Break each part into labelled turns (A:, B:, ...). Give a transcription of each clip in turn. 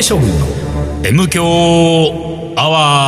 A: ー将軍の
B: M 強ア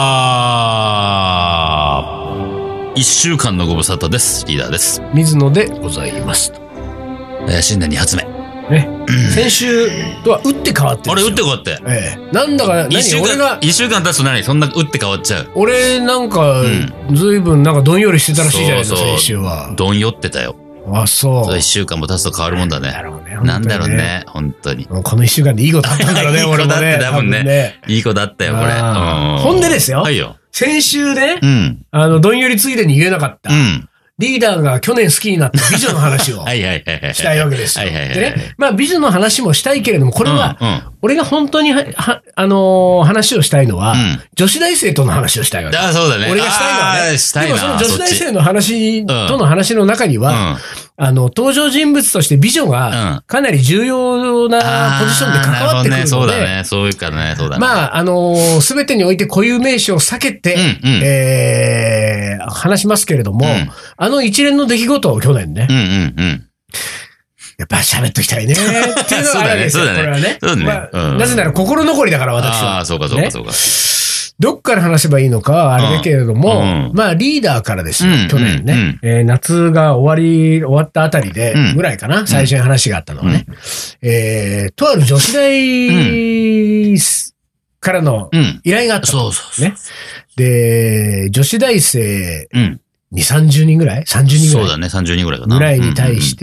B: ワー。1週間のご無沙汰です。リーダーです。
A: 水野でございます。
B: 新年2発目。
A: ね、先週とは打って変わってるんですよ。
B: あれ打って変わって。
A: なんだか、
B: 1週間経つと何そんな打って変わっちゃう。
A: 俺なんか、ずいぶんなんかどんよりしてたらしいじゃないですか、先週は。
B: どんよってたよ。
A: あ、そう。
B: 1週間も経つと変わるもんだね。なんだろうね、本当に。
A: この1週間でいいことあったんだろうね、俺もね。
B: いい子だって多分ね。いい子だったよ、これ。
A: ほんでですよ。
B: はいよ。
A: 先週ね、どんよりついでに言えなかった。リーダーが去年好きになった美女の話をしたいわけですよ。でね、まあ美女の話もしたいけれども、これは、俺が本当に話をしたいのは、女子大生との話をしたいわけ。
B: ああ、そうだね。
A: 俺がしたいのはね。
B: したいな。
A: でもその女子大生の話との話の中には、登場人物として美女がかなり重要なポジションで関わってくるので、
B: そうだね。そういうかね、そうだね。
A: まあ、すべてにおいて固有名詞を避けて、話しますけれども、一連の出来事を去年ね、やっぱ喋っときたいねっていうのがあるんですよ、これはね。なぜなら心残りだから私は。
B: ああ、そうかそうかそうか。
A: どっから話せばいいのかはあれだけれども、まあリーダーからですよ、去年ね。夏が終わったあたりで、ぐらいかな、最初に話があったのはね。とある女子大からの依頼があった。そうそう。ね。で、女子大生、2、30人ぐらい ?30 人ぐらい。
B: そうだね、30人ぐらいかな。
A: ぐらいに対して、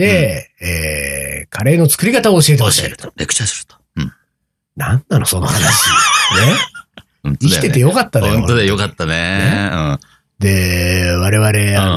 A: カレーの作り方を教えてほしい。
B: レクチャーすると。
A: なんなの、その話。ね。生きててよかったね。
B: 本当だよ、よかったね。
A: で、我々、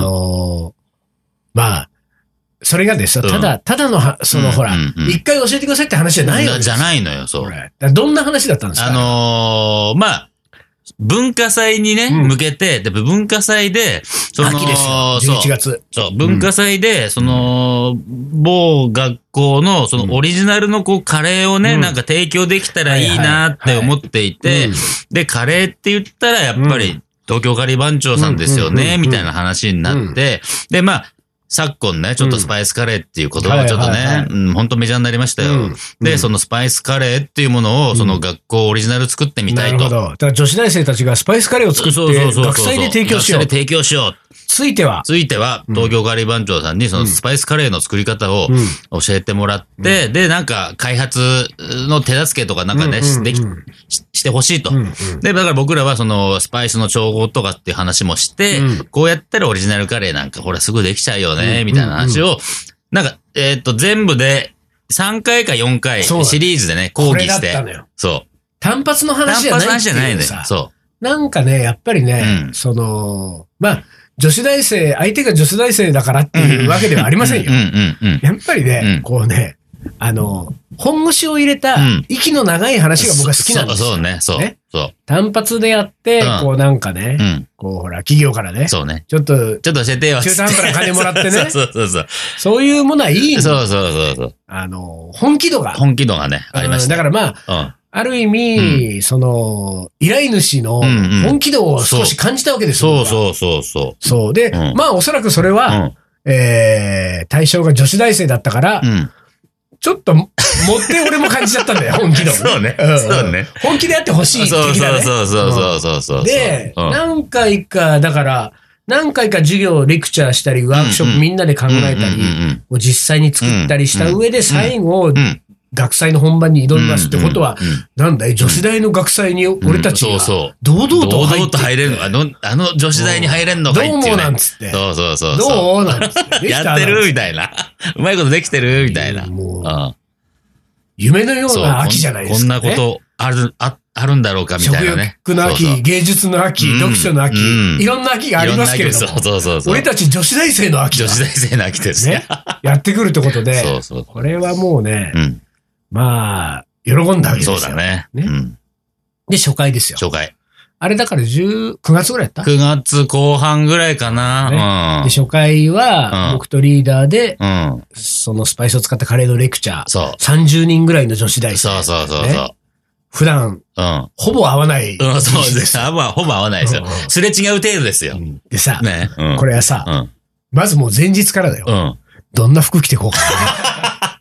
A: まあ、それがですよ、ただの、ほら、一回教えてくださいって話じゃないのよ。
B: じゃないのよ、そう。
A: どんな話だったんですか？
B: まあ、文化祭にね、向けて、で、文化祭で、
A: 秋ですよ、11月。
B: そう、文化祭で、某学校の、オリジナルのカレーをね、なんか提供できたらいいなって思っていて、で、カレーって言ったら、やっぱり、東京カリー番長さんですよね、みたいな話になって、で、まあ、昨今ね、ちょっとスパイスカレーっていう言葉がちょっとね、本当メジャーになりましたよ。で、そのスパイスカレーっていうものを、学校オリジナル作ってみたいと。
A: なるほど。だから女子大生たちがスパイスカレーを作って、学祭で提供しよう。
B: 学祭で提供しよう。
A: ついては、
B: 東京カリー番長さんにそのスパイスカレーの作り方を教えてもらって、で、なんか開発の手助けとかなんかね、してほしいと。で、だから僕らはそのスパイスの調合とかっていう話もして、こうやったらオリジナルカレーなんかほらすぐできちゃうよね、みたいな話を、なんか、全部で3回か4回シリーズでね、講義して。そう。
A: 単発の話じゃない。単発の話じゃないんだよ。そう。なんかね、やっぱりね、まあ、女子大生、相手が女子大生だからっていうわけではありませんよ。やっぱりね、こうね、本腰を入れた、息の長い話が僕は好きなんですよ。
B: そうね、そう。
A: 単発でやって、こうなんかね、こうほら、企業からね。
B: そうね。
A: ちょっと
B: 教えてよ。
A: 中途半端な金もらってね。
B: そう。
A: そういうものはいい。
B: そう。
A: 本気度が
B: ね、ありました。
A: だからまあ、ある意味、依頼主の本気度を少し感じたわけですよ。そう。で、まあおそらくそれは、対象が女子大生だったから、ちょっと持って俺も感じちゃったんだよ、本気度。
B: そうね。
A: 本気でやってほしい的なね。
B: そう。
A: で、何回か授業、レクチャーしたり、ワークショップみんなで考えたり、実際に作ったりした上で最後、学祭の本番に挑みますってことは、なんだい、女子大の学祭に俺たちが堂々と
B: 入れるの、あの女子大に入れんのかいっていうね。
A: どうもなんつって。
B: そう。
A: どうなんつって。
B: やってるみたいな。うまいことできてるみたいな。
A: 夢のような秋じゃないですか。
B: こんなことあるんだろうかみたいなね。
A: 食欲の秋、芸術の秋、読書の秋、いろんな秋がありますけれども。俺たち女子大生の秋。
B: 女子大生の秋ですね。
A: やってくるってことで。これはもうね、まあ、喜んだわけですよ。
B: そうだね。
A: で、初回ですよ。
B: 初回。
A: あれだから9月ぐらいだった
B: ?9 月後半ぐらいかな。
A: で、初回は、僕とリーダーで、そのスパイスを使ったカレーのレクチャー。30人ぐらいの女子大生。
B: そう。
A: 普段、ほぼ会わない。
B: そうです。ほぼ会わないですよ。すれ違う程度ですよ。
A: でさ、これはさ、まずもう前日からだよ。どんな服着てこうかな。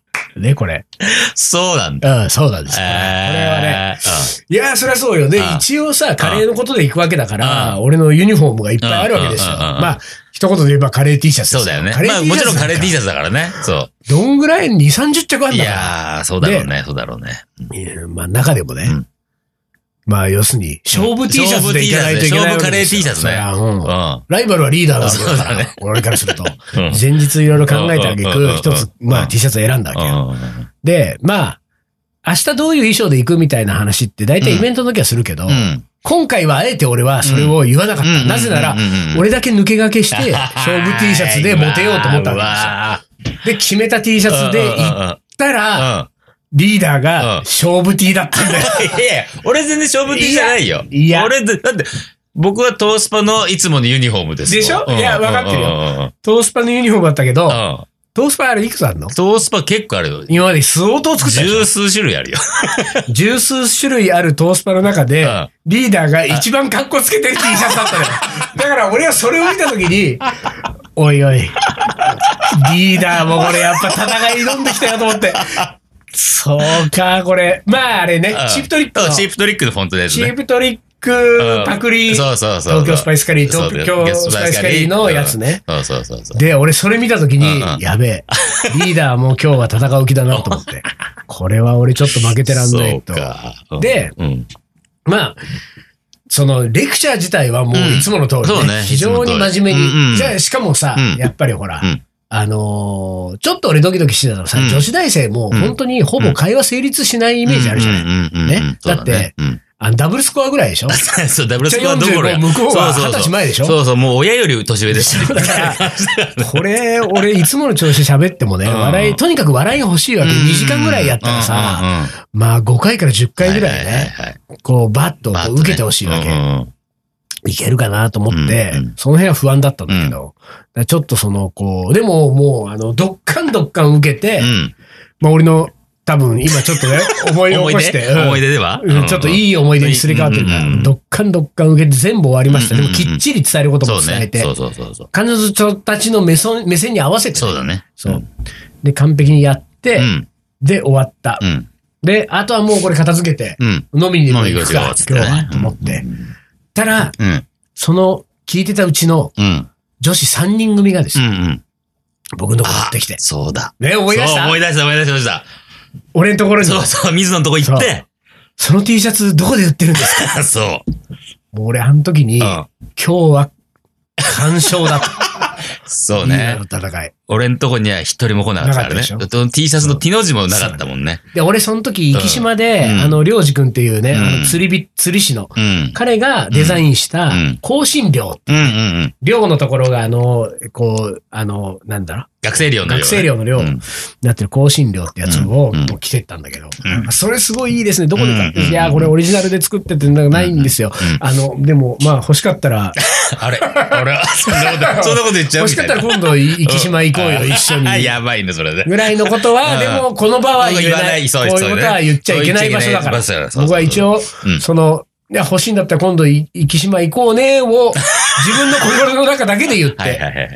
A: ね、これ。
B: そうなんだ。
A: そうなんですよ。これはね。いや、そりゃそうよね。一応さ、カレーのことで行くわけだから、俺のユニフォームがいっぱいあるわけですよ。まあ、一言で言えばカレー T シャツですよ。
B: そうだよね。まあ、もちろんカレー T シャツだからね。そう。
A: どんぐらい ?2、30着あるんだから。い
B: やー、そうだろうね、そうだろうね。
A: まあ、中でもね。まあ、要するに、勝負 T シャツでいかないといけない。
B: 勝負カレー T シャツね。
A: ライバルはリーダーだから、俺からすると。前日いろいろ考えたあげく、一つ、まあ T シャツ選んだわけよ。で、まあ、明日どういう衣装で行くみたいな話って、大体イベントの時はするけど、今回はあえて俺はそれを言わなかった。なぜなら、俺だけ抜け駆けして、勝負 T シャツでモテようと思ったわけですよ。で、決めた T シャツで行ったら、リーダーが勝負 T だったんだよ。
B: いや、俺全然勝負 T じゃないよ。いや。俺、だって、僕はトースパのいつものユニフォームですよ。
A: でしょ？いや、わかってるよ。トースパのユニフォームだったけど、トースパあれいくつあるの？
B: トースパ結構あるよ。
A: 今まで相当作ったでしょ？
B: 十数種類あるよ。
A: 十数種類あるトースパの中で、リーダーが一番カッコつけてる T シャツだったのよ。だから俺はそれを見たときに、おいおい、リーダーもこれやっぱ戦い挑んできたよと思って。そうか、これ。まああれね、チープトリックの。
B: チープトリックのフォントですね。
A: チープトリックパクリ。
B: そうそうそう。
A: 東京スパイスカリー、東京スパイスカリーのやつね。
B: そうそうそう。
A: で、俺それ見たときに、やべえ、リーダーも今日は戦う気だなと思って。これは俺ちょっと負けてらんないと。で、まあ、そのレクチャー自体はもういつもの通りね。非常に真面目に。じゃあしかもさ、やっぱりほら、ちょっと俺ドキドキしてたのさ、女子大生も本当にほぼ会話成立しないイメージあるじゃない。ね。だって、ダブルスコアぐらいでしょ？
B: そう、ダブルスコアどころや。
A: 向こうは20歳前でしょ？
B: そうそう、もう親より年上ですし。
A: だから、これ、俺いつもの調子喋ってもね、とにかく笑いが欲しいわけ。2時間ぐらいやったらさ、まあ5回から10回ぐらいね、こうバッと受けてほしいわけ。いけるかなと思って、その辺は不安だったんだけど、ちょっとその、こう、でももう、どっかん受けて、まあ俺の、多分今ちょっとね、思い起こして、
B: 思い出では
A: ちょっといい思い出にすり替わってるから、どっかん受けて全部終わりました。でもきっちり伝えることも伝えて、彼女たちの目線に合わせて、
B: そうだね。
A: そう。で、完璧にやって、で、終わった。で、あとはもうこれ片付けて、飲みにでも行くか、今日は、と思って。たら、その、聞いてたうちの、女子3人組がですね、僕のとこ持ってきて。
B: そうだ。
A: ね、思い出した。
B: 思い出した。
A: 俺のところに。
B: そうそう、水野のとこ行って。
A: その T シャツどこで売ってるんですか？
B: そう。
A: もう俺あの時に、今日は完勝だと。
B: そうね。
A: 戦い。
B: 俺んとこには一人も来なかったからね。T シャツの T の字もなかったもんね。
A: で、俺その時、生島で、りょうじくんっていうね、釣り師の、彼がデザインした、香辛料。寮のところが、こう、なんだろう。
B: 学生寮の寮。
A: 学生寮の寮。なってる香辛料ってやつを着てったんだけど。それすごいいいですね。どこで買って。いや、これオリジナルで作っててないんですよ。でも、まあ欲しかったら。
B: あれそんなこと言っちゃう。
A: 欲しかったら今度、生島行こうよ、一緒に。
B: やばいね、それで。
A: ぐらいのことは、でも、この場は言えない。こういうことは言っちゃいけない場所だから。僕は一応、いや、欲しいんだったら今度、生島行こうね、を、自分の心の中だけで言って。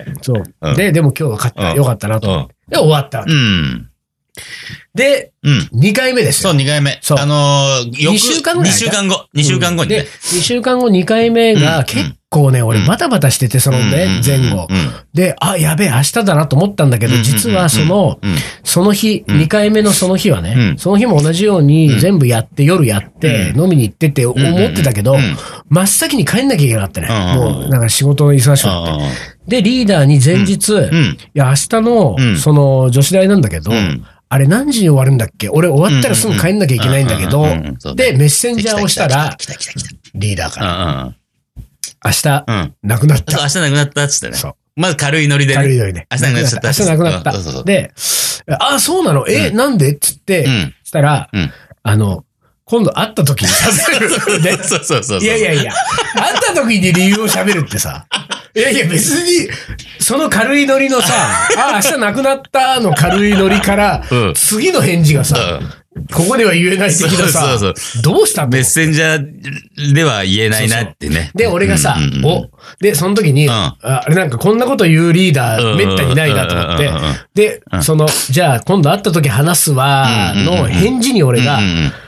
A: そう。で、でも今日分かった。よかったなと。で、終わったわけ。で、2回目ですよ。
B: そう、2回目。
A: そう。2週間後。2週間後にね。
B: 2
A: 週間後2回目が結構ね、俺バタバタしてて、そのね、前後。で、やべえ、明日だなと思ったんだけど、実はその日、2回目のその日はね、その日も同じように全部やって、夜やって、飲みに行ってって思ってたけど、真っ先に帰んなきゃいけなかったね。もう、なんか仕事の忙しくなって。で、リーダーに前日、いや、明日の、その、女子大なんだけど、あれ何時に終わるんだっけ？俺終わったらすぐ帰んなきゃいけないんだけど、で、メッセンジャーをしたら、リーダーから、明日、亡くなった。
B: そう、明日亡くなったっつってね。そう。まず軽いノリでね。
A: 軽いノリで。
B: 明日亡くなっちゃった。
A: 明日亡くなった。で、そうなの？なんで？っつって、したら、今度会った時に喋る。
B: そう。
A: いや、会った時に理由を喋るってさ。いや別に、その軽いノリのさ、明日亡くなったの軽いノリから、次の返事がさ、 ここでは言えない的なさ、どうしたの？
B: メッセンジャーでは言えないなってね。
A: で、俺がさ、で、その時に、あれなんかこんなこと言うリーダーめったにないなと思って、で、じゃあ今度会った時話すわ、の返事に俺が、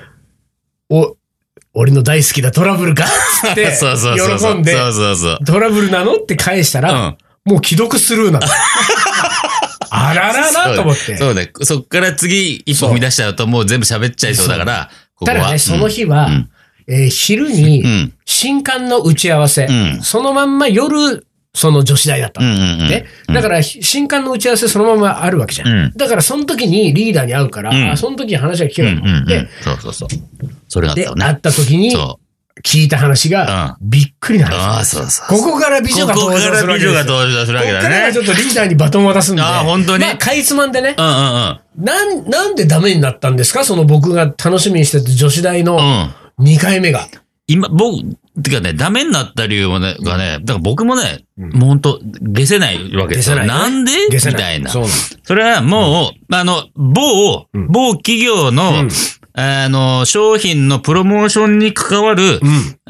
A: 俺の大好きなトラブルかって、喜んで、トラブルなのって返したら、もう既読スルーなの。あらららと思って。
B: そうね。そっから次一歩踏み出しちゃうともう全部喋っちゃいそうだから、
A: ただね、その日は、昼に新刊の打ち合わせ、そのまんま夜、その女子大だったの。ね。だから、新刊の打ち合わせそのままあるわけじゃん。だから、その時にリーダーに会うから、その時に話が聞けるの。で、
B: そう。それがあったよね。
A: で、会った時に、聞いた話が、びっくりな話。ここから美女が登場するわけだね。ここからちょっとリーダーにバトンを渡すんで。
B: 本当に。
A: まあ、かいつまんでね。なんでダメになったんですか？その僕が楽しみにしてた女子大の2回目が。
B: てかね、ダメになった理由がね、だから僕もね、もうほんと、消せないわけですよ。なんでみたいな。それはもう、某企業の、商品のプロモーションに関わる、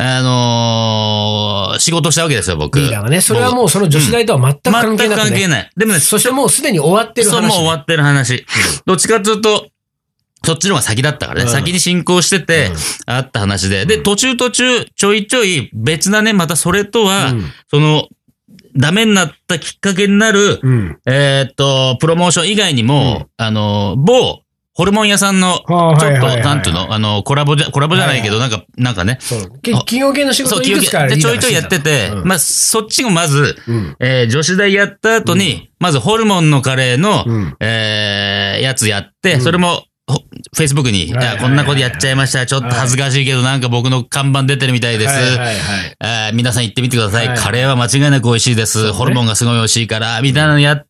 B: 仕事をしたわけですよ、僕。
A: リーダーがね、それはもうその女子大とは全く関係なくて、
B: 全く関係ない。でもね、
A: そしてもうすでに終わってる話。
B: そう、もう終わってる話。どっちかというと、そっちの方が先だったからね。先に進行してて、あった話で。で、途中、ちょいちょい別なね、またそれとは、ダメになったきっかけになる、プロモーション以外にも、某、ホルモン屋さんの、ちょっと、なんていうのコラボじゃないけど、なんかね。
A: 企業系の仕事いくつかある。
B: で、ちょいちょいやってて、まあ、そっちもまず、女子大やった後に、まずホルモンのカレーの、やつやって、それも、Facebook に、こんなことやっちゃいました。ちょっと恥ずかしいけど、なんか僕の看板出てるみたいです。皆さん行ってみてください。カレーは間違いなく美味しいです。ホルモンがすごい美味しいから、みたいなのやって、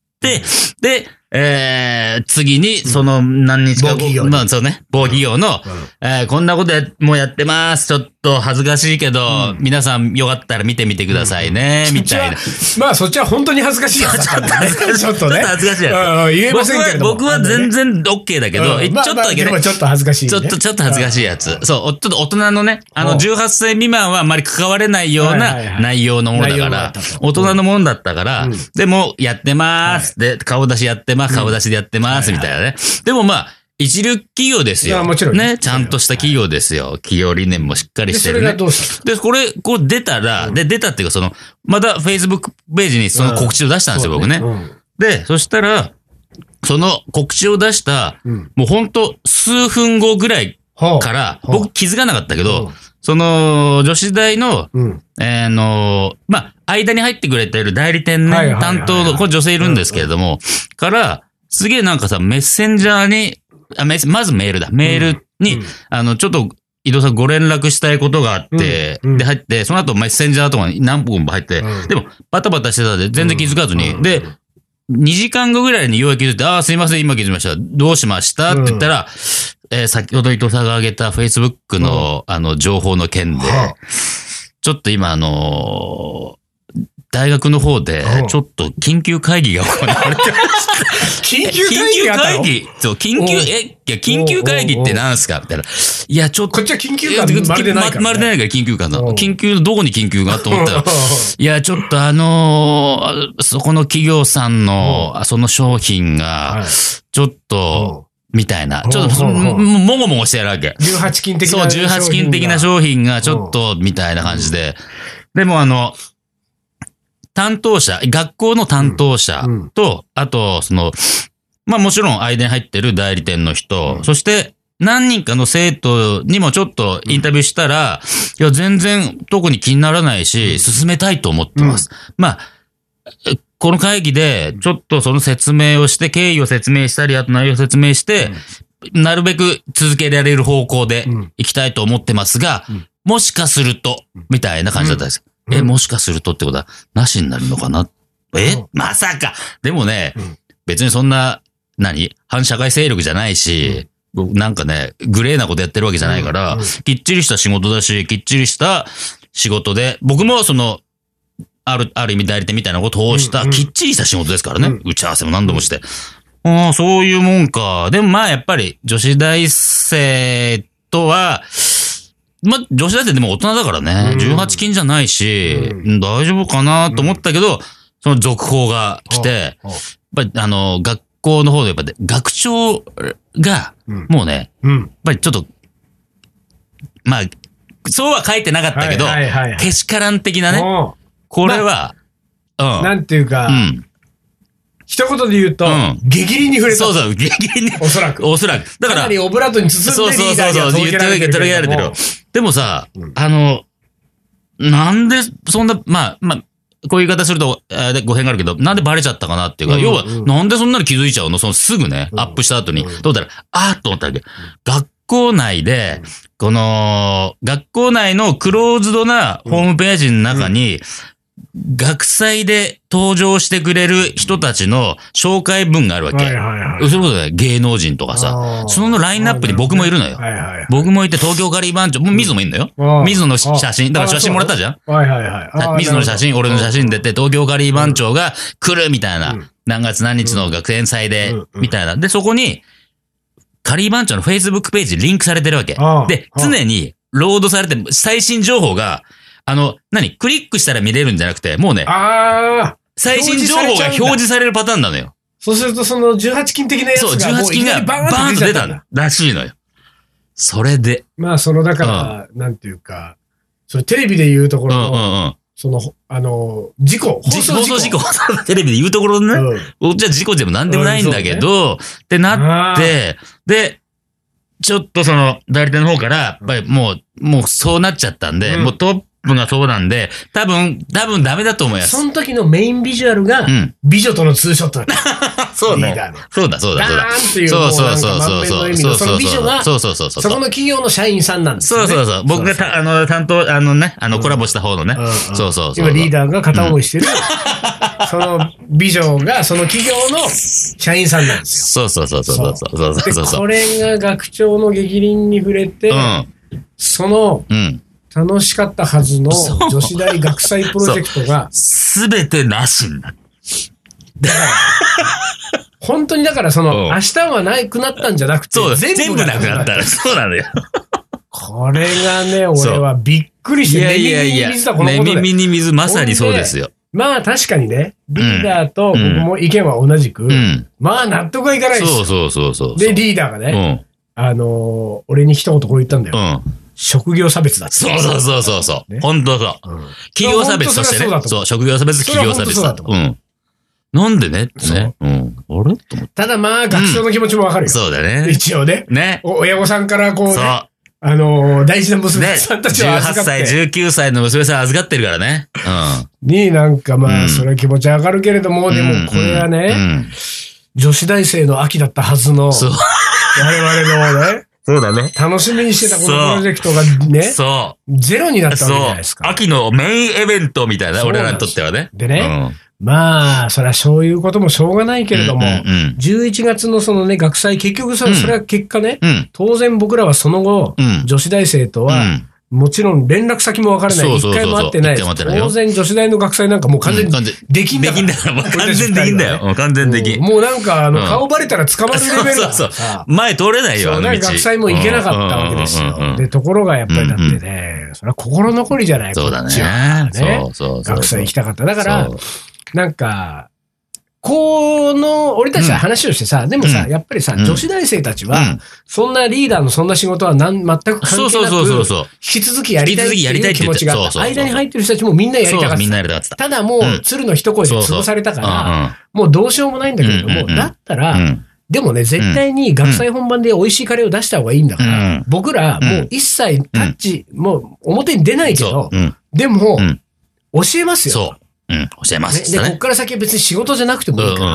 B: で、次に、その何日か後、まあそうね、某企業の、こんなこともうやってます。ちょっと恥ずかしいけど、皆さんよかったら見てみてくださいね、みたいな。
A: まあそっちは本当に恥ずかしいやつだったんだね。ちょっとね。
B: 恥ずかしいやつ。
A: 言えませんけれども。
B: 僕は全然 OK だけど、ちょっとだけね。
A: ちょっと恥ずかしい。
B: ちょっと恥ずかしいやつ。そう、ちょっと大人のね、18歳未満はあまり関われないような内容のものだから、大人のものだったから、でも、やってます。で、顔出しやってます。顔出しでやってます。みたいなね。でもまあ、一流企業ですよ。
A: もちろん。
B: ね。ちゃんとした企業ですよ。企業理念もしっかりしてるね。
A: それがどうした
B: で、こう出たら、出たっていうかまた Facebook ページにその告知を出したんですよ、僕ね。で、そしたら、その告知を出した、もうほんと数分後ぐらいから、僕気づかなかったけど、その、女子大の、まあ、間に入ってくれてる代理店ね、担当の、これ女性いるんですけれども、すげえなんかさ、メッセンジャーに、まずメールだ。メールに、ちょっと、伊藤さんご連絡したいことがあって、で、入って、その後メッセンジャーとかに何本も入って、でも、バタバタしてたんで全然気づかずに、で、2時間後ぐらいにようやく気づいて、すいません、今気づきました。どうしましたって言ったら、先ほど伊藤さんが挙げた Facebook の、情報の件で、ちょっと今大学の方で、ちょっと緊急会議が行われてま
A: した。緊急会議
B: そう、緊急会議って何すかみたいな。いや、ちょっと。
A: こっちは緊急感まるでないから。
B: まるでないから緊急感なの。緊急、どこに緊急がと思ったら、いや、ちょっとそこの企業さんの、その商品が、ちょっと、みたいな。ちょっと、もごもごしてやるわけ。
A: 18金的な。
B: そう、18金的な商品がちょっと、みたいな感じで。でも担当者、学校の担当者と、あと、まあもちろん間に入ってる代理店の人、そして何人かの生徒にもちょっとインタビューしたら、いや、全然特に気にならないし、進めたいと思ってます。まあ、この会議で、ちょっとその説明をして、経緯を説明したり、あと内容を説明して、なるべく続けられる方向でいきたいと思ってますが、もしかすると、みたいな感じだったんです。もしかするとってことは、なしになるのかなまさかでもね、別にそんな、反社会勢力じゃないし、なんかね、グレーなことやってるわけじゃないから、きっちりした仕事だし、きっちりした仕事で、僕もある意味代理店みたいなことをした、きっちりした仕事ですからね。打ち合わせも何度もして。 そういうもんか。でもまあやっぱり女子大生とは、女子大生でも大人だからね、18禁じゃないし、大丈夫かなと思ったけど、その続報が来て、やっぱり学校の方でやっぱり学長が、もうね、やっぱりちょっと、まあ、そうは書いてなかったけど、けしからん的なね、これは、
A: なんていうか、一言で言うと、下切りに触れた。
B: そうそう、下切りに。
A: おそらく。
B: だから。
A: かなりオブラートに包んでリーダーには届けられてるけども。
B: でもさ、なんで、そんな、まあ、こういう言い方すると、語弊があるけど、なんでバレちゃったかなっていうか、要は、なんでそんなに気づいちゃうのすぐね、アップした後に。どうだろう、と思ったわけ。学校内で、学校内のクローズドなホームページの中に、学祭で登場してくれる人たちの紹介文があるわけ。そういうことで芸能人とかさ、そのラインナップに僕もいるのよ。僕もいて東京カリー番長、もう水野もいるのよ。水野の写真、だから写真もらったじゃん。水野の写真、俺の写真出て、東京カリー番長が来るみたいな。何月何日の学園祭で、みたいな。で、そこに、カリー番長の Facebook ページリンクされてるわけ。で、常にロードされて、最新情報が、クリックしたら見れるんじゃなくて、もうね、最新情報が表示されるパターンなのよ。
A: そうすると、その18禁的なやつが、
B: そう、18禁がバーンと出たらしいのよ。それで。
A: まあ、だから、なんていうか、テレビで言うところの、事故。放
B: 送事故。テレビで言うところのね、じゃあ事故でもなんでもないんだけど、ってなって、で、ちょっと代理店の方から、やっぱりもうそうなっちゃったんで、もうトップがそうなんで、多分ダメだと思います。
A: その時のメインビジュアルが、美女とのツーショットだった。
B: そうね。そうだ。
A: ダーンっていう、
B: そう。
A: その美女が、そこの企業の社員さんなんですよね。
B: そう。僕が担当、コラボした方のね。そう。
A: 今リーダーが片思いしてる、その美女がその企業の社員さんなんです
B: よ。そう。
A: これが学長の逆鱗に触れて、楽しかったはずの女子大学祭プロジェクトが、
B: すべてなしになる。
A: だから、本当にだから明日はなくなったんじゃなくて、
B: 全部なくなったら、そうなのよ。
A: これがね、俺はびっくりして、寝耳に水だ、このことで。
B: 寝耳に水、まさにそうですよ。
A: まあ確かにね、リーダーと僕も意見は同じく、まあ納得はいかないですよ。
B: そう。
A: で、リーダーがね、俺に一言こう言ったんだよ。職業差別だって。
B: そう。本当そう。企業差別としてね。そう、職業差別、企業差別だと。なんでねってね。あれ
A: ただまあ、学長の気持ちもわかるよ。
B: そうだね。
A: 一応ね。親御さんからこうね。大事な娘さんたちは預かって。
B: 18歳、19歳の娘さん預かってるからね。
A: に、なんかまあ、それは気持ち上がるけれども、でもこれはね、女子大生の秋だったはずの、我々のね、
B: そうだね。
A: 楽しみにしてたこのプロジェクトがね、ゼロになったわけじゃないですか。
B: 秋のメインイベントみたいな、俺らにとってはね。
A: でね、まあ、それはそういうこともしょうがないけれども、11月のそのね、学祭、結局それは結果ね、当然僕らはその後、女子大生とは、もちろん連絡先も分からない。一回も会ってない。当然女子大の学祭なんかもう完全にできんだから。
B: できんだよ。完全できんだよ。完全できん。
A: もうなんか、顔バレたら捕まるレベルだ。
B: そう。前通れないよ、あの道。
A: 学祭も行けなかったわけですよ。で、ところがやっぱりだってね、それは心残りじゃない。
B: そうだね。
A: そう。学祭行きたかった。だから、なんか、俺たちは話をしてさ、でもさ、やっぱりさ、女子大生たちは、そんなリーダーのそんな仕事は全く関係なく、引き続きやりたいっていう気持ちがあった。間に入ってる人たちもみんなやりたかった。ただもう、鶴の一声で潰されたから、もうどうしようもないんだけれども、だったら、でもね、絶対に学祭本番で美味しいカレーを出した方がいいんだから、僕らもう一切タッチ、もう表に出ないけど、でも、教えますよ。
B: 教えます。
A: で、こっから先は別に仕事じゃなくてもいいから。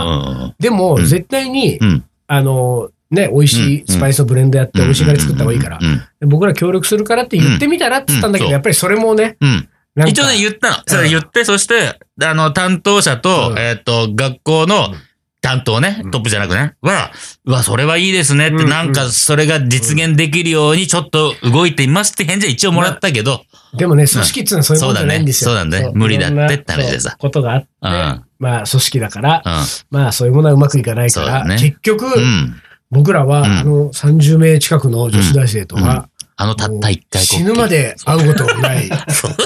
A: でも、絶対に、美味しいスパイスをブレンドやって美味しいカレー作った方がいいから。僕ら協力するからって言ってみたらって言ったんだけど、やっぱりそれもね。
B: 一応ね、言ったの。それ言って、そして、担当者と、学校の担当ね、トップじゃなくね、それはいいですねって、なんかそれが実現できるようにちょっと動いていますって返事は一応もらったけど。
A: でもね、組織っていうのはそういうことじゃないんですよ。
B: そうだね。無理だってって話でさ。
A: ことがあって、まあ組織だから、まあそういうものはうまくいかないから、結局、僕らは30名近くの女子大生とは、たった1回
B: 死
A: ぬまで会うことない。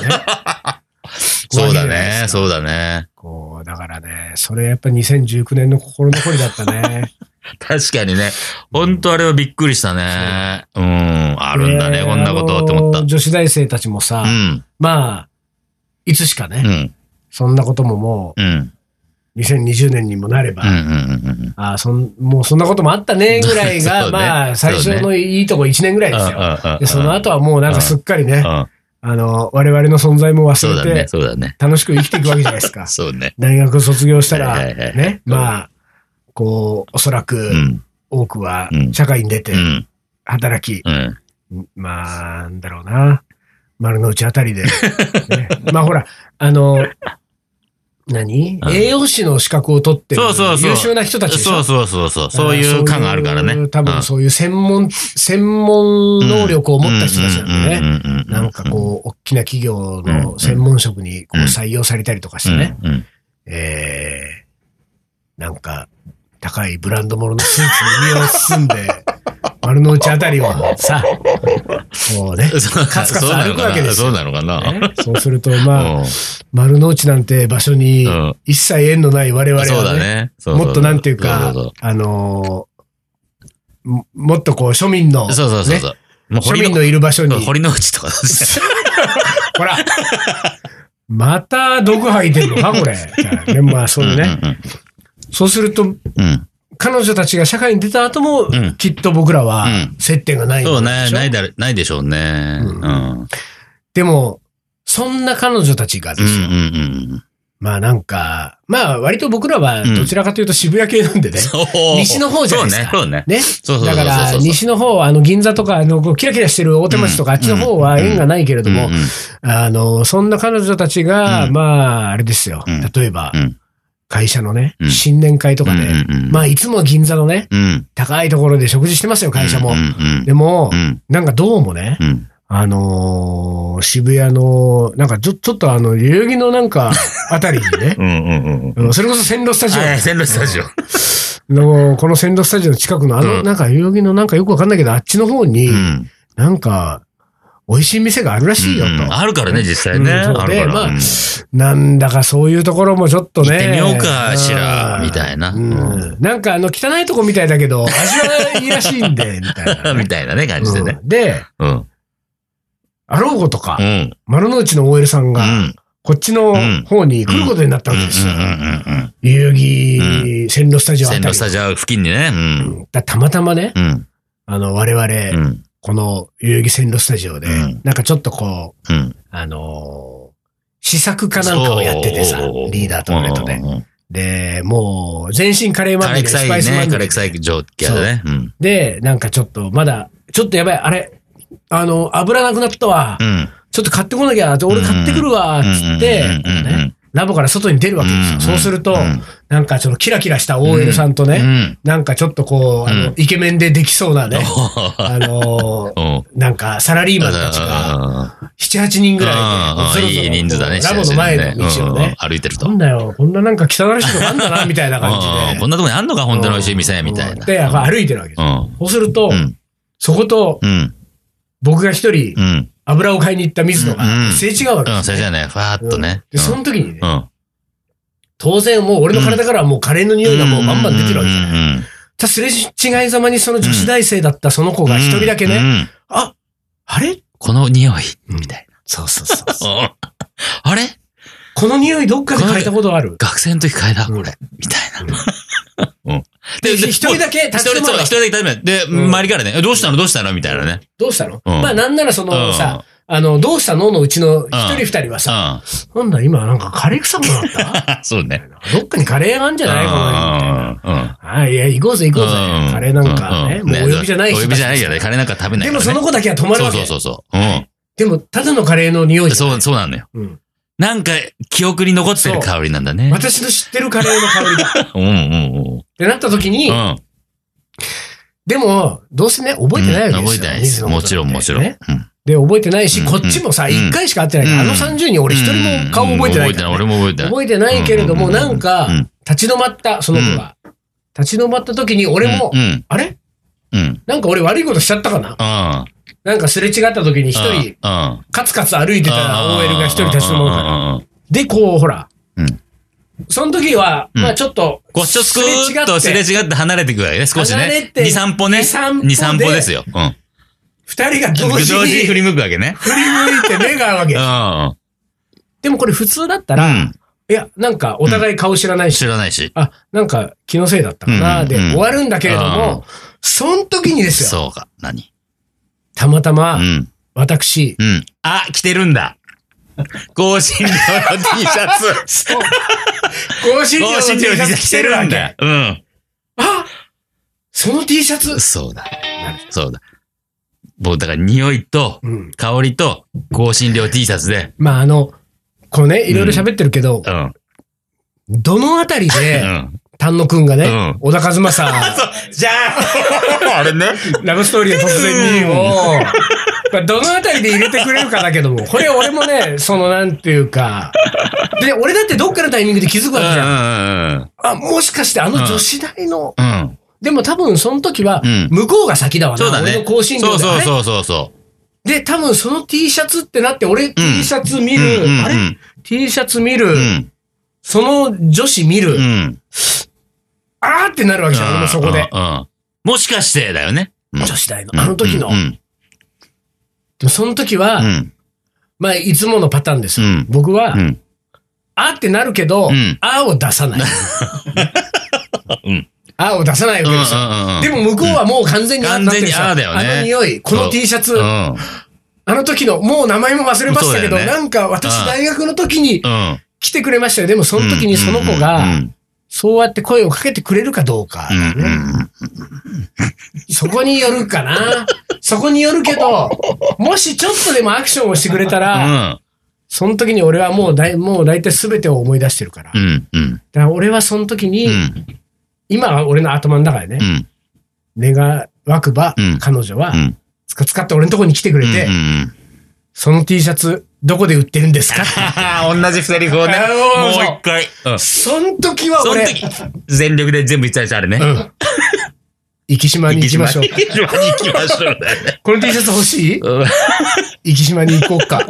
B: そうだね、そうだね。
A: だからね、それやっぱ2019年の心残りだったね。
B: 確かにね。本当あれはびっくりしたね。あるんだね、こんなことって思った。
A: 女子大生たちもさ、まあ、いつしかね、そんなことももう、2020年にもなれば、もうそんなこともあったねぐらいが、まあ、最初のいいとこ1年ぐらいですよ。で、その後はもうなんかすっかりね、我々の存在も忘れて、楽しく生きていくわけじゃないですか。
B: そうね。
A: 大学卒業したら、ね、まあ、おそらく、多くは、社会に出て、働き、まあ、なんだろうな、丸の内あたりで、まあほら、栄養士の資格を取ってる優秀な人たちでしょ。
B: そういう感があるからね。
A: 多分そういう専門能力を持った人たちなんでね。なんか大きな企業の専門職に採用されたりとかしてね。なんか、高いブランド物のスーツに身を包んで、丸の内あたりをさ、こうね、カツカツ歩くわけですよ。
B: そうなのかな。
A: そうすると、まあ、丸の内なんて場所に一切縁のない我々はね、もっとなんていうか、もっと庶民の、庶民のいる場所に。
B: 堀之内とか
A: ほら、また毒吐いてるのか、これ。でもまあ、そうね。そうすると、彼女たちが社会に出た後も、きっと僕らは接点がないんでしょ。
B: そうね、ないでしょうね。
A: でも、そんな彼女たちがですよ。まあなんか、まあ割と僕らはどちらかというと渋谷系なんでね。西の方じゃないですか。
B: そうね。
A: だから西の方、銀座とかキラキラしてる大手町とかあっちの方は縁がないけれども、そんな彼女たちが、まああれですよ。例えば、会社のね、新年会とかね、まあいつも銀座のね、高いところで食事してますよ、会社も。でも、なんかどうもね、渋谷の、なんかちょっと代々木のなんか、あたりにね、それこそ線路スタジオ。
B: 線路スタジオ。
A: この線路スタジオの近くのなんか代々木のなんかよくわかんないけど、あっちの方に、なんか、美味しい店があるらしいよと。
B: あるからね、実際ね。
A: で、まあ、なんだかそういうところもちょっとね。
B: 行ってみようかしら、みたいな。
A: なんか汚いとこみたいだけど、味はいいらしいんで、みたいな。
B: みたいなね、感じでね。
A: で、アローゴとか、丸の内の OL さんが、こっちの方に来ることになったわけですよ。代々木線路スタジオあたり。
B: 線路スタジオ付近にね。
A: たまたまね、我々、この代々木線路スタジオで、なんかちょっと試作かなんかをやっててさ、リーダーと俺とね。で、もう、全身カレーまみれ、スパイスまみれ。
B: カレー臭い状況でね。
A: で、なんかちょっと、まだ、ちょっとやばい、あれ、油なくなったわ。ちょっと買ってこなきゃ、俺買ってくるわ、つって、ラボから外に出るわけですよ。そうすると、なんかちょっとキラキラした OL さんとね、なんかちょっとイケメンでできそうなね、なんかサラリーマンたちが、7、8人ぐらいで、
B: いい人数だね、
A: ラボの前の道をね、
B: 歩いてると。
A: なんだよ、こんななんか汚らしいのがあんだな、みたいな感じで。
B: こんなとこにあんのか、本当の美味しい店、みたいな。
A: で、歩いてるわけです。そうすると、そこと、僕が一人、油を買いに行った水野が、すれ違うわけです。
B: それじゃね、ファーっとね。
A: で、その時にね、当然もう俺の体からはもうカレーの匂いがもうバンバン出てるわけじゃない。すれ違いざまにその女子大生だったその子が一人だけね、あれ
B: この匂いみたいな。
A: そう。
B: あれ
A: この匂いどっかで嗅いだことある？
B: 学生の時嗅いだこれ。みたいな。
A: で、一人だけ立ち止まる。
B: 一人だけ立ち止まる。で、周りからね、どうしたのみたいなね。
A: どうしたの？まあなんならさ、どうしたののうちの一人二人はさ、なんだ今なんかカレー臭くなった
B: そうね。
A: どっかにカレーがあるんじゃないこのみたいな。いや、行こうぜ。カレーなんかね、もうお呼びじゃない人。
B: お呼びじゃないよね。カレーなんか食べない。
A: でもその子だけは止まるわけ。
B: そう。
A: でも、ただのカレーの匂い。
B: そうなんだよ。 なんか記憶に残ってる香りなんだね。
A: 私の知ってるカレーの香りだ。
B: うんうんうん。
A: ってなった時に、でも、どうせね、覚えてないわけですよ。
B: 覚えてないです。もちろんもちろん。
A: で、覚えてないし、こっちもさ、1回しか会ってないから、あの30人俺一人も顔覚えてないから。
B: 俺も覚えてない。
A: 覚えてないけれども、なんか、立ち止まった、その子が。立ち止まった時に俺も、あれなんか俺悪いことしちゃったかななんかすれ違った時に一人、カツカツ歩いてた OL が一人立ち止まるから。で、こう、ほら。その時は、まあちょっと、
B: こっちょすくーっとすれ違って離れていくわけね、少しね。2、3歩ね。2、3歩ですよ。
A: 二人が同時に
B: 振り向くわけね。
A: 振り向いて目が合うわけ。でもこれ普通だったら、いや、なんかお互い顔知らないし。
B: 知らないし。
A: あ、なんか気のせいだったかな、で終わるんだけれども、その時にですよ。
B: そうか、何
A: たまたま、私。
B: あ、着てるんだ。香辛料の T シャツ。
A: そう。香辛料の T シャツ着てるわけ。あ、その T シャツ。
B: そうだ。そうだ。もうだから匂いと、香りと、香辛料 T シャツで。
A: まあこうね、いろいろ喋ってるけど、どのあたりで、丹野くんがね、小田和正。
B: じゃああれね。
A: ラブストーリーの突然にを、どのあたりで入れてくれるかだけども、これ俺もね、なんていうか、で、俺だってどっかのタイミングで気づくわけじゃん。あ、もしかして女子大の、でも多分その時は、向こうが先だわな。
B: そうだね。
A: 俺の香辛料で。
B: そう。
A: で、多分その T シャツってなって、俺 T シャツ見る、あれ ?T シャツ見る、その女子見る、あーってなるわけじゃん、俺もそこで。
B: もしかしてだよね。
A: 女子大の、あの時の。でもその時は、まあ、いつものパターンですよ。僕は、あーってなるけど、あーを出さない。あーを出さないわけですよ。でも向こうはもう完全にあーってなってるんですよ。あの匂い、この T シャツ、あの時の、もう名前も忘れましたけど、なんか私大学の時に来てくれましたよ。でもその時にその子が、そうやって声をかけてくれるかどうか、ね。そこによるかな。そこによるけど、もしちょっとでもアクションをしてくれたら、その時に俺はもう大体全てを思い出してるから。だから俺はその時に、今は俺の頭の中でね、願わくば、彼女は、使って俺のとこに来てくれて、その T シャツ、どこで売ってるんですか
B: 同じセリフをね。もう一回。
A: その時は俺。
B: 全力で全部言っちゃうし、あれね。
A: 生島に行きましょう。
B: 生島に行きましょう。
A: この T シャツ欲しい生島に行こうか。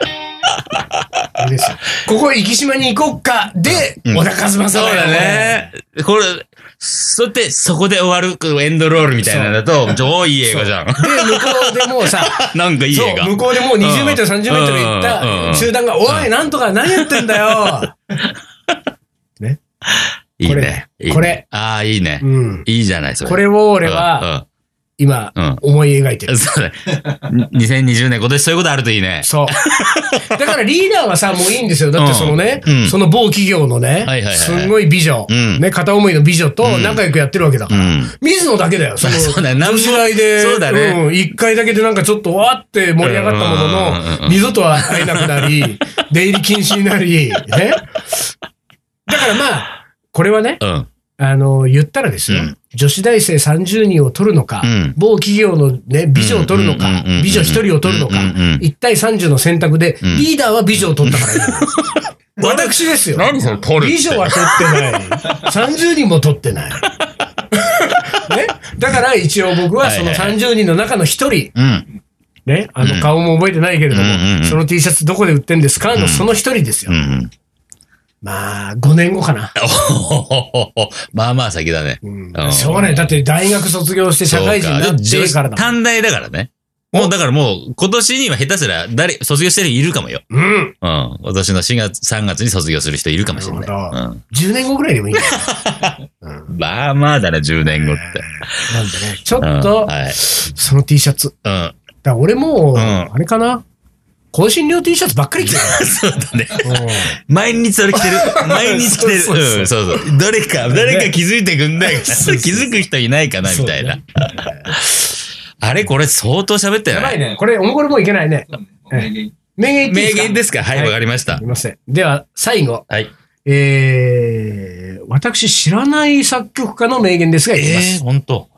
A: ここ生島に行こうか。で、小田和正
B: そうだね。これ、そこで終わるエンドロールみたいなのだと、超いい映画じゃん。で、
A: 向こうでもうさ、
B: なんかいい映画。
A: 向こうでもう20メートル、30メートル行った集団が、おい、なんとか何やってんだよ。ね。
B: いいね。
A: これ。
B: ああ、いいね。いいじゃない、それ。
A: これを俺は、今、思い描いてる。
B: そうだ。2020年、今年そういうことあるといいね。
A: そう。だからリーダーはさ、もういいんですよ。だってそのね、その某企業のね、すんごい美女、ね、片思いの美女と仲良くやってるわけだから。水野だけだよ。その、女子大で、一回だけでなんかちょっとわーって盛り上がったものの、二度とは会えなくなり、出入り禁止になり、ね。だからまあ、これはね、言ったらですよ。女子大生30人を取るのか、某企業のね、美女を取るのか、美女1人を取るのか、1対30の選択で、リーダーは美女を取ったからいい。私ですよ。
B: 何その取る
A: 美女は取ってない。30人も取ってない。ね。だから一応僕はその30人の中の1人、ね、顔も覚えてないけれども、その T シャツどこで売ってんですかのその1人ですよ。まあ、5年後かな。
B: まあまあ先だね。
A: しょうがない。だって大学卒業して社会人になってからだもん。
B: 短大だからね。もうだからもう今年には下手すら卒業してる人いるかもよ。今年の4月、3月に卒業する人いるかもしれない。
A: 10年後ぐらいでもいいんだよ。
B: まあまあだな、10年後って。
A: なんでね、ちょっと、その T シャツ。だから俺も、あれかな。香辛料 T シャツばっかり着てる。
B: そうだね。毎日それ着てる。毎日着てる。そうそう。誰か気づいてくんない気づく人いないかなみたいな。あれこれ相当喋ってない。
A: やばいね。これもういけないね。 名言言っていいですか？
B: 名言ですか？はい、わかりました。
A: すいません。では、最後。
B: はい。
A: 私知らない作曲家の名言ですが言います。
B: 本当。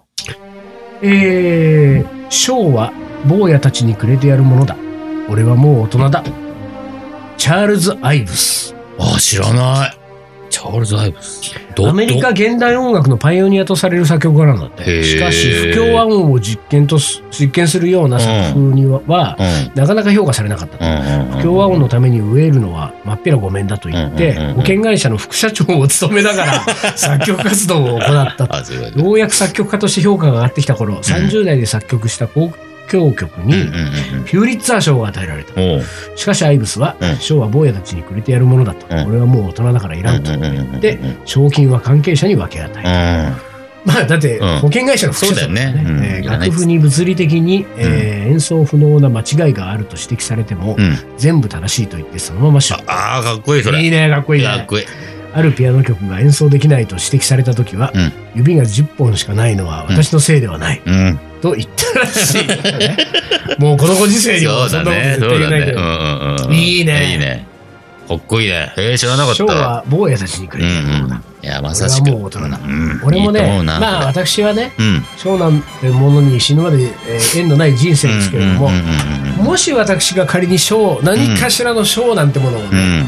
A: 章は坊やたちにくれてやるものだ。俺はもう大人だ。チャールズ・アイブス。
B: ああ、知らない。チャールズ・アイブス。
A: アメリカ現代音楽のパイオニアとされる作曲家なんだって。しかし、不協和音を実験するような作風には、なかなか評価されなかった。不協和音のために植えるのはまっぴらごめんだと言って、保険会社の副社長を務めながら作曲活動を行った。ようやく作曲家として評価が上がってきた頃、30代で作曲した交響曲にフューリッツァー賞が与えられた。しかしアイブスは、賞は坊やたちにくれてやるものだと。俺はもう大人だからいらんと言って、賞金は関係者に分け与えた。まあだって保険会社の副社長ね、楽譜に物理的に演奏不能な間違いがあると指摘されても、全部正しいと言ってそのまま賞。
B: ああ、かっこいいそれ。
A: いいね、かっこいいね。
B: かっこいい。
A: あるピアノ曲が演奏できないと指摘されたときは、指が10本しかないのは私のせいではない。と言ったらしい。もうこのご時世にもそんなこと絶対言えないけど。いいね。
B: いいね。かっこいいね。知らなかった。
A: 章は坊やたちにくれてるものだ。
B: いや、まさしく。
A: 俺はもう大人だ。俺もね、まあ私はね、章なんてものに死ぬまで縁のない人生ですけれども、もし私が仮に何かしらの章なんてものをね、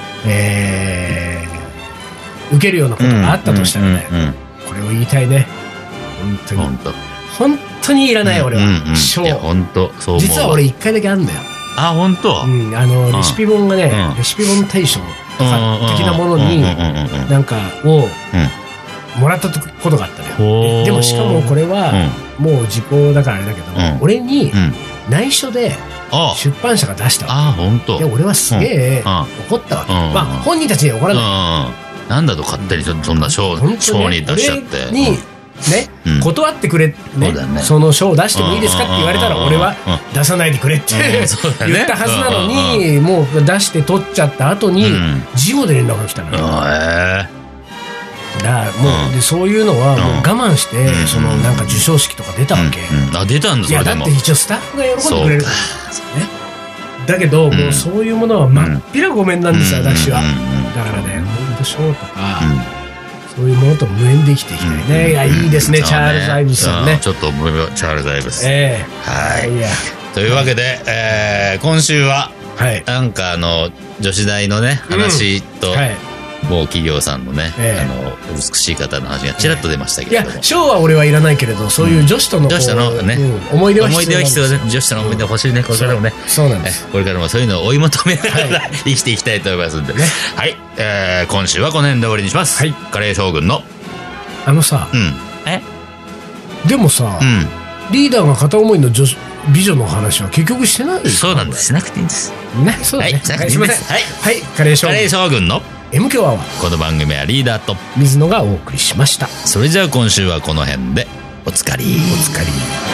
A: 受けるようなことがあったとしたらね、これを言いたいね。本当にいらない、俺は。賞。
B: 本当、そう思う。
A: 実は俺一回だけあるんだよ。
B: あ、本当。
A: レシピ本がね、レシピ本大賞的なものに、なんかをもらったことがあったのよ。でもしかもこれは、もう時効だからあれだけど、俺に内緒で出版社が出したわけ。
B: あ、本当。
A: で、俺はすげえ怒ったわけ。まあ、本人たちには怒らない。
B: なんだと勝手にそんな賞に出しちゃって。
A: 俺にね、断ってくれ、その賞を出してもいいですかって言われたら俺は出さないでくれって言ったはずなのに、もう出して取っちゃった後に事後で連絡が来たのよ。だからもうそういうのはもう我慢して、そのなんか授賞式とか出たわけ。
B: あ、出たんだ。
A: いやだって一応スタッフが喜んでくれるからね。だけどもうそういうものはまっぴらごめんなんですよ、私は。だからね、本当賞とかそういうものと無縁で生きていきたいね。いや、いいですね、チャールズ・アイブスさんね。
B: ちょっと思い出チャールズ・アイブス。はい。というわけで、今週は、なんか女子大のね、話と、某企業さんのね、美しい方の話がちらっと出ましたけれども。いや、賞は俺はいらないけれど、そういう女子とのね、思い出は必要だ。 女子との思い出欲しいね、これからもね。
A: そうなんです。
B: これからもそういうのを追い求めながら生きていきたいと思いますんで。はい。今週はこの辺で終わりにします。カレー将軍の。
A: さ、でもさ、リーダーが片思いの美女の話は結局してないですか？
B: そうなんです。しなくていいんです。
A: ね、そうですね。すいません。はい。カレー将軍の。M 強アワー。
B: この番組はリーダーと
A: 水野がお送りしました。
B: それじゃあ今週はこの辺でおつかり。
A: おつかり。